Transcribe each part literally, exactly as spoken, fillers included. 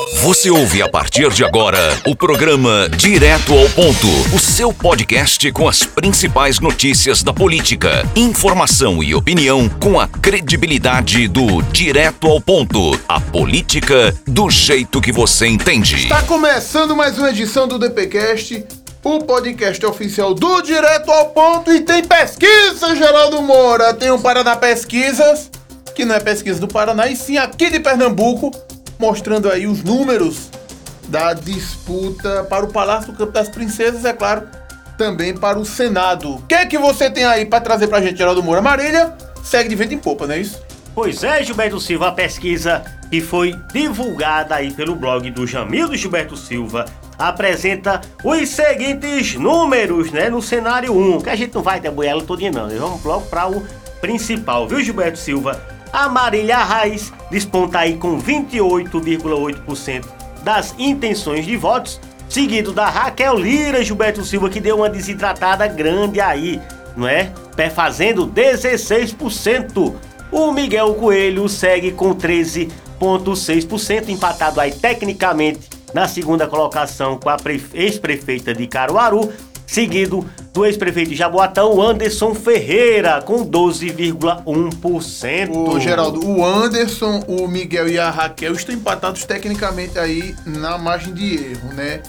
Você ouve a partir de agora o programa Direto ao Ponto, o seu podcast com as principais notícias da política, informação e opinião com a credibilidade do Direto ao Ponto, a política do jeito que você entende. Está começando mais uma edição do DPcast, o podcast oficial do Direto ao Ponto, e tem pesquisa, Geraldo Moura. Tem um Paraná Pesquisas, que não é pesquisa do Paraná, e sim aqui de Pernambuco, mostrando aí os números da disputa para o Palácio do Campo das Princesas, é claro, também para o Senado. O que é que você tem aí para trazer pra gente, Geraldo Moura? Marília segue de vento em popa, não é isso? Pois é, Gilberto Silva, a pesquisa que foi divulgada aí pelo blog do Jamildo Gilberto Silva apresenta os seguintes números, né, no cenário um, que a gente não vai deboiar ela todinha não, né? Vamos logo para o principal, viu, Gilberto Silva? A Marília Reis desponta aí com vinte e oito vírgula oito por cento das intenções de votos, seguido da Raquel Lira, Gilberto Silva, que deu uma desidratada grande aí, não é? Fazendo dezesseis por cento. O Miguel Coelho segue com treze vírgula seis por cento, empatado aí tecnicamente na segunda colocação com a ex-prefeita de Caruaru, seguido do ex-prefeito de Jaboatão, Anderson Ferreira, com doze vírgula um por cento. Ô, Geraldo, o Anderson, o Miguel e a Raquel estão empatados tecnicamente aí na margem de erro, né?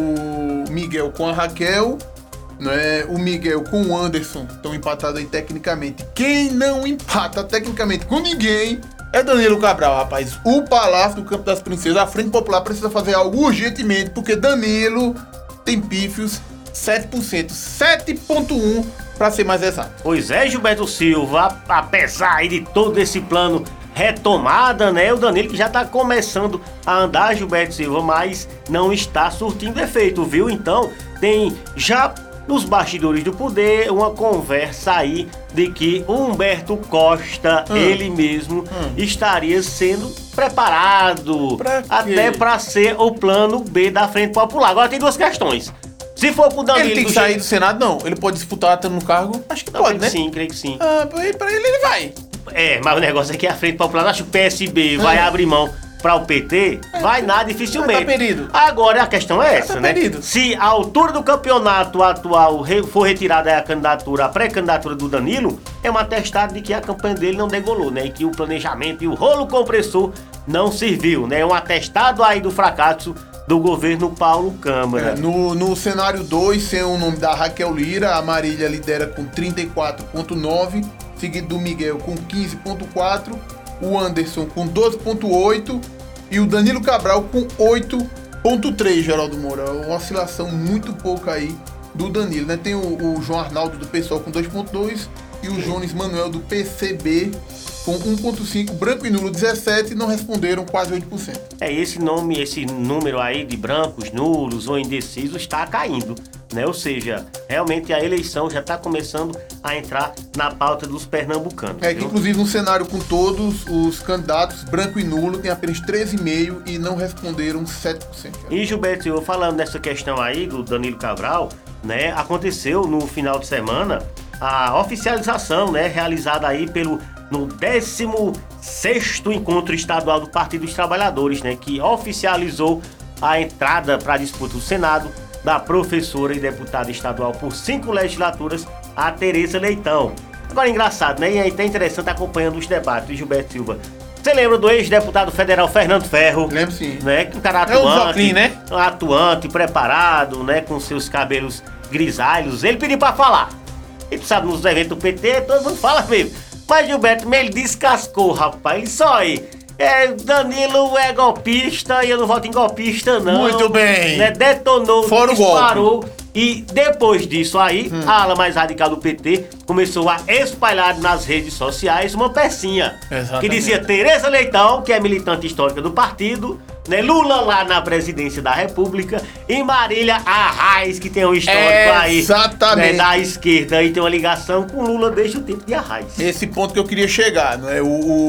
O Miguel com a Raquel, né? O Miguel com o Anderson estão empatados aí tecnicamente. Quem não empata tecnicamente com ninguém é Danilo Cabral, rapaz. O Palácio do Campo das Princesas, a Frente Popular, precisa fazer algo urgentemente, porque Danilo tem pífios sete por cento, sete vírgula um por cento para ser mais exato. Pois é, Gilberto Silva, apesar aí de todo esse plano retomada, né, o Danilo que já tá começando a andar, Gilberto Silva, mas não está surtindo efeito, viu? Então, tem já nos bastidores do poder uma conversa aí de que o Humberto Costa, hum. ele mesmo, hum. estaria sendo preparado pra até para ser o plano B da Frente Popular. Agora tem duas questões. Se for com o Danilo... Ele tem que do sair jeito... do Senado, não. Ele pode disputar até no cargo? Acho que não, pode, né? Sim, creio que sim. Ah, pra ele ele vai. É, mas o negócio é que a Frente Popular, acho que o P S B vai é. abrir mão para o P T, é. vai nada dificilmente. Tá perido. Agora a questão é essa, tá né? Perido. Se a altura do campeonato atual for retirada a candidatura, a pré-candidatura do Danilo, é um atestado de que a campanha dele não degolou, né? E que o planejamento e o rolo compressor não serviu, né? É um atestado aí do fracasso do governo Paulo Câmara. É, no, no cenário dois, sem o nome da Raquel Lira, a Marília lidera com trinta e quatro vírgula nove por cento, seguido do Miguel com quinze vírgula quatro por cento, o Anderson com doze vírgula oito por cento e o Danilo Cabral com oito vírgula três por cento, Geraldo Moura. Uma oscilação muito pouca aí do Danilo, né? Tem o, o João Arnaldo do PSOL com dois vírgula dois por cento e o Jones Manuel do P C B com um vírgula cinco por cento, branco e nulo dezessete por cento, e não responderam quase oito por cento. É, esse nome, esse número aí de brancos, nulos ou indecisos está caindo, né? Ou seja, realmente a eleição já está começando a entrar na pauta dos pernambucanos. É que, viu? Inclusive, no cenário com todos os candidatos, branco e nulo, tem apenas treze vírgula cinco por cento e não responderam sete por cento. E, Gilberto, eu falando nessa questão aí do Danilo Cabral, né? Aconteceu no final de semana a oficialização, né? Realizada aí pelo no décimo sexto Encontro Estadual do Partido dos Trabalhadores, né, que oficializou a entrada para a disputa do Senado da professora e deputada estadual por cinco legislaturas, a Tereza Leitão. Agora, engraçado, né, e é até interessante acompanhando os debates, Gilberto Silva. Você lembra do ex-deputado federal Fernando Ferro? Lembro sim. Né, um cara atuante, é um Zoclin, né? atuante, preparado, né, com seus cabelos grisalhos. Ele pediu para falar. E tu sabe, nos eventos do P T, todo mundo fala mesmo. Mas Gilberto, ele descascou, rapaz. Ele só aí. É, Danilo é golpista e eu não voto em golpista, não. Muito bem. Né, detonou, fora disparou. O golpe. E depois disso aí, hum. a ala mais radical do P T começou a espalhar nas redes sociais uma pecinha. Exatamente. Que dizia Tereza Leitão, que é militante histórica do partido, né? Lula lá na presidência da República e Marília Arraes, que tem um histórico aí, né, da esquerda e tem uma ligação com Lula desde o tempo de Arraes. Esse ponto que eu queria chegar, né? O,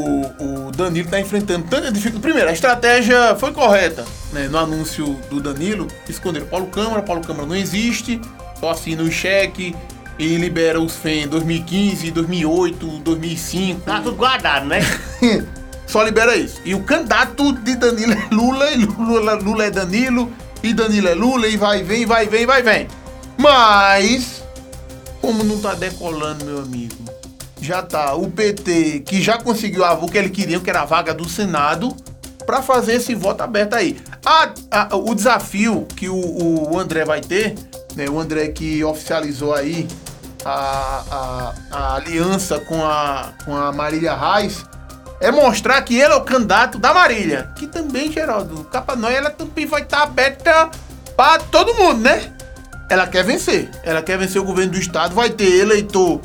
o, o Danilo está enfrentando tanta dificuldade. Primeiro, a estratégia foi correta, né? No anúncio do Danilo, esconderam Paulo Câmara, Paulo Câmara não existe, só assina o cheque e libera os F E M em dois mil e quinze, dois mil e oito, dois mil e cinco. Tá tudo guardado, né? só libera isso. E o candidato de Danilo é Lula, e Lula, Lula é Danilo, e Danilo é Lula, e vai, vem, vai, vem, vai, vem. Mas, como não tá decolando, meu amigo, já tá o P T, que já conseguiu a, o que ele queria, que era a vaga do Senado, pra fazer esse voto aberto aí. A, a, o desafio que o, o André vai ter, né, o André que oficializou aí a, a, a aliança com a, com a Marília Reis, é mostrar que ele é o candidato da Marília, que também, Geraldo, Capa Nóia, ela também vai estar aberta pra todo mundo, né? Ela quer vencer, ela quer vencer o governo do estado, vai ter eleitor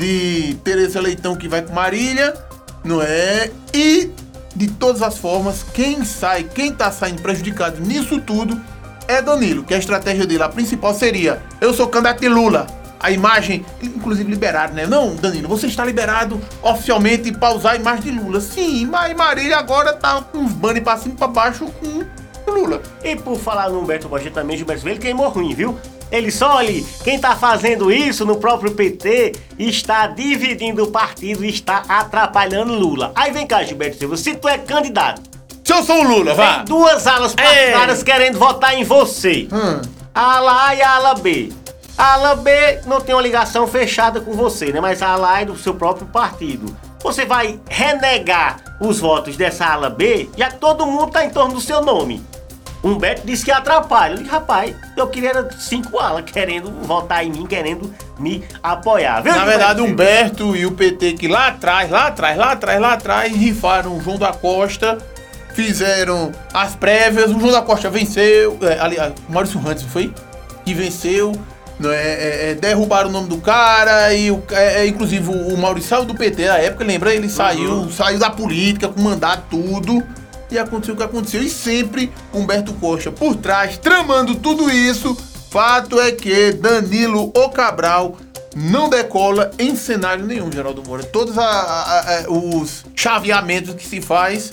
de Tereza Leitão que vai com Marília, não é? E, de todas as formas, quem sai, quem tá saindo prejudicado nisso tudo é Danilo, que a estratégia dele, a principal seria, eu sou candidato de Lula, a imagem, inclusive liberado, né? Não, Danilo, você está liberado oficialmente para usar a imagem de Lula. Sim, mas Marília agora tá com uns banners pra cima e pra baixo com o Lula. E por falar no Humberto Rocha também, Gilberto Silva, ele queimou ruim, viu? Ele só ali, quem tá fazendo isso no próprio P T está dividindo o partido e está atrapalhando Lula. Aí vem cá, Gilberto Silva, se tu é candidato, se eu sou o Lula, vá. Tem duas alas partidárias querendo votar em você. Hum. A ala A e a ala B. A ala B não tem uma ligação fechada com você, né? Mas a ala A é do seu próprio partido. Você vai renegar os votos dessa ala B, já que todo mundo tá em torno do seu nome. Humberto disse que atrapalha. Eu disse, rapaz, eu queria era cinco alas querendo votar em mim, querendo me apoiar. Viu, Na verdade, Humberto? Humberto e o P T que lá atrás, lá atrás, lá atrás, lá atrás, rifaram o João da Costa, fizeram as prévias, o João da Costa venceu, é, aliás, o Maurício Rantes, foi? Que venceu. Não é, é, é, derrubaram o nome do cara e o, é, é, inclusive o, o Maurício saiu do P T na época, lembra? Ele saiu, uhum. saiu da política com mandato, tudo, e aconteceu o que aconteceu. E sempre Humberto Costa por trás, tramando tudo isso. Fato é que Danilo O Cabral não decola em cenário nenhum, Geraldo Moura. Todos a, a, a, os chaveamentos que se faz,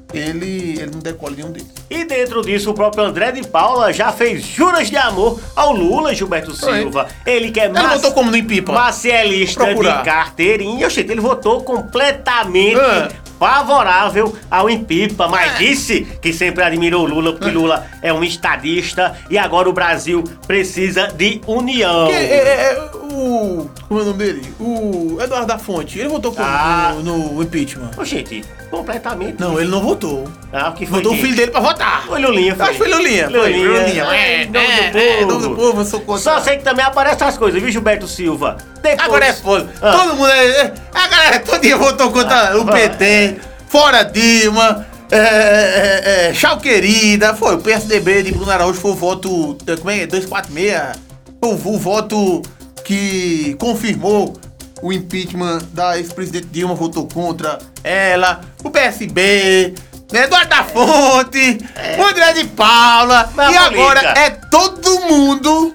ele, ele não decola nenhum deles. E dentro disso, o próprio André de Paula já fez juras de amor ao Lula, Gilberto Silva. Ele quer mais. Ele votou como no Impipa? Marcialista de carteirinha. Oxe, ele votou completamente ah. favorável ao Impipa, mas ah. disse que sempre admirou o Lula, porque ah. Lula é um estadista e agora o Brasil precisa de união. Que, é, é, o... Como é o nome dele? O Eduardo da Fonte. Ele votou como ah. no, no impeachment? Oxente, completamente. Não, ele não votou. Ah, o que foi? Votou que... o filho dele pra votar. Foi Lulinha, foi. Acho que foi Lulinha. Lulinha. Foi Lulinha. É, é, nome é, do povo. É, nome do povo, eu sou contra. Só sei que também aparece essas coisas, viu, Gilberto Silva? Depois... Agora é foda. Ah. Todo mundo é... A galera todo dia votou contra ah. o P T, fora Dilma, é, é, é, Tchau Querida. Foi, o P S D B de Bruno Araújo foi o voto... Como é? duzentos e quarenta e seis. Foi o voto que confirmou o impeachment da ex-presidente Dilma, votou contra ela. O P S B... Eduardo da Fonte, é. o André de Paula, Mas e agora é todo mundo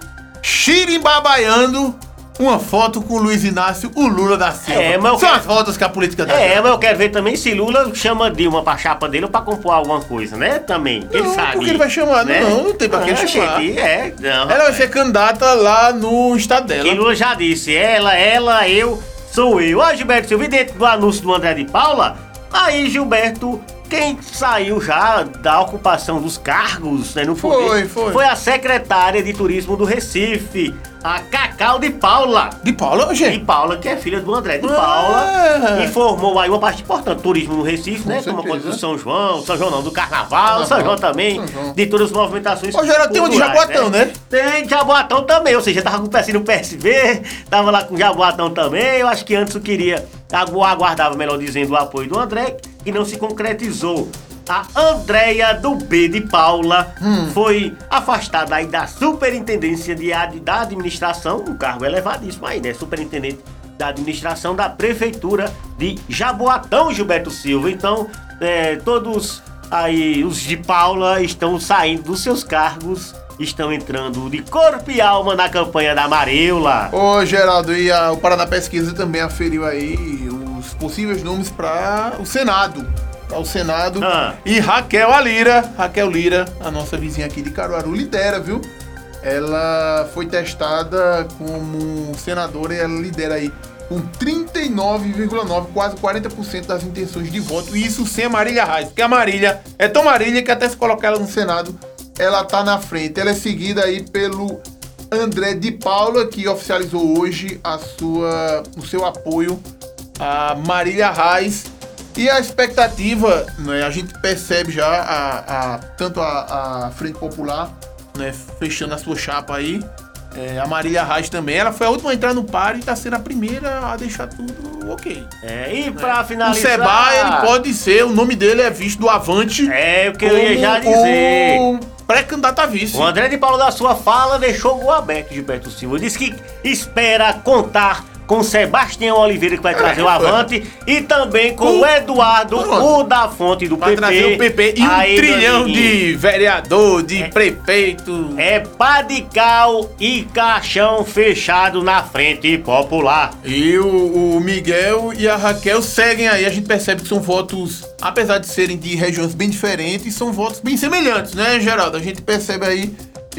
xirimbabaiando uma foto com o Luiz Inácio, o Lula da Silva. É, São quero... as fotos que a política dá. É, mas eu quero ver também se Lula chama Dilma pra chapa dele ou pra compor alguma coisa, né? Também, não, ele sabe. Porque ele vai chamar, né? não, não tem pra quem chamar. Gente, é, não, ela vai ser candidata lá no estado dela. E Lula já disse, ela, ela, eu, sou eu. Ó, Gilberto Silva, e dentro do anúncio do André de Paula, aí Gilberto... Quem saiu já da ocupação dos cargos, né, no poder, foi, foi. foi a secretária de turismo do Recife, a Cacau de Paula. De Paula, gente? De Paula, que é filha do André de Paula, ah. informou aí uma parte importante, turismo no Recife, Com né, como a coisa do São João, São João não, do Carnaval, Carnaval São João também, São João. De todas as movimentações. Ô, Geraldo, tem um de Jaboatão, né? né? Tem de Jaboatão também, ou seja, tava com o P S no P S B, tava lá com Jaboatão também, eu acho que antes eu queria, aguardava, melhor dizendo, o apoio do André, que não se concretizou. A Andréia do B de Paula hum. foi afastada aí da superintendência de ad, da administração, um cargo elevadíssimo aí, né? Superintendente da administração da prefeitura de Jaboatão, Gilberto Silva. Então, é, todos aí os de Paula estão saindo dos seus cargos, estão entrando de corpo e alma na campanha da Mareula. Ô, Geraldo, e a, o Paraná Pesquisa também aferiu aí os possíveis nomes para o Senado. Para o Senado. Ah. E Raquel Alira, Raquel Lira, a nossa vizinha aqui de Caruaru, lidera, viu? Ela foi testada como senadora e ela lidera aí com trinta e nove vírgula nove por cento, quase quarenta por cento das intenções de voto. E isso sem a Marília Reis, porque a Marília é tão Marília que até se colocar ela no Senado, ela tá na frente. Ela é seguida aí pelo André de Paula, que oficializou hoje a sua, o seu apoio a Marília Reis. E a expectativa, né, a gente percebe já a, a, tanto a, a Frente Popular, né, fechando a sua chapa aí, é, a Marília Reis também. Ela foi a última a entrar no par e está sendo a primeira a deixar tudo ok. É, e pra finalizar... O Seba, ele pode ser, o nome dele é visto do Avante. É, o que eu ia já dizer. O pré-candidato a vice. O André de Paulo, da sua fala, deixou o gol aberto, Gilberto Silva. Disse que espera contar com Sebastião Oliveira, que vai trazer é, o Avante, e também com o, o Eduardo, pronto. o da Fonte do vai P P. Vai trazer o P P e um aí, trilhão de vereador, de é, prefeito. É pá de cal e caixão fechado na Frente Popular. E o, o Miguel e a Raquel seguem aí, a gente percebe que são votos, apesar de serem de regiões bem diferentes, são votos bem semelhantes, né, Geraldo? A gente percebe aí,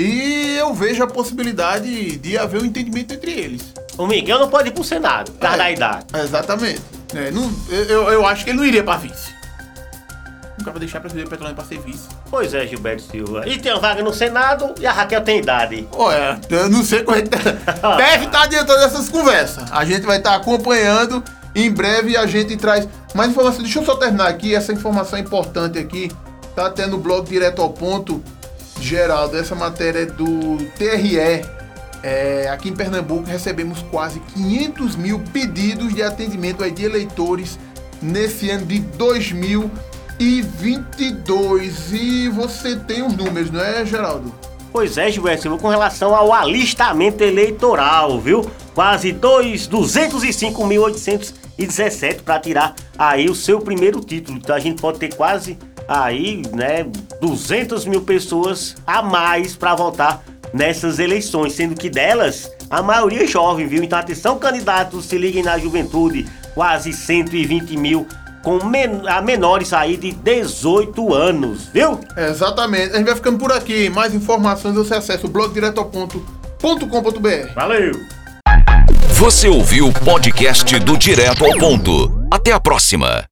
e eu vejo a possibilidade de haver um entendimento entre eles. O Miguel não pode ir pro Senado, por causa é, da idade. Exatamente. É, não, eu, eu acho que ele não iria pra vice. Nunca vai deixar a presidente Petrolina pra ser vice. Pois é, Gilberto Silva. E tem uma vaga no Senado e a Raquel tem idade. Olha, eu não sei como é que tá. Deve estar adiantando essas conversas. A gente vai estar acompanhando. Em breve a gente traz mais informação. Deixa eu só terminar aqui. Essa informação é importante aqui. Tá tendo o blog Direto ao Ponto. Geraldo, essa matéria é do T R E. É, aqui em Pernambuco recebemos quase quinhentos mil pedidos de atendimento aí de eleitores nesse ano de dois mil e vinte e dois. E você tem os números, não é, Geraldo? Pois é, Gilberto Silva, com relação ao alistamento eleitoral, viu? Quase duzentos e cinco mil oitocentos e dezessete para tirar aí o seu primeiro título. Então a gente pode ter quase aí, né, duzentas mil pessoas a mais para votar nessas eleições, sendo que delas, a maioria é jovem, viu? Então atenção, candidatos, se liguem na juventude, quase cento e vinte mil com men- a menores aí de dezoito anos, viu? Exatamente, a gente vai ficando por aqui. Mais informações você acessa o blog direto ao ponto ponto com ponto b r. Valeu! Você ouviu o podcast do Direto ao Ponto. Até a próxima!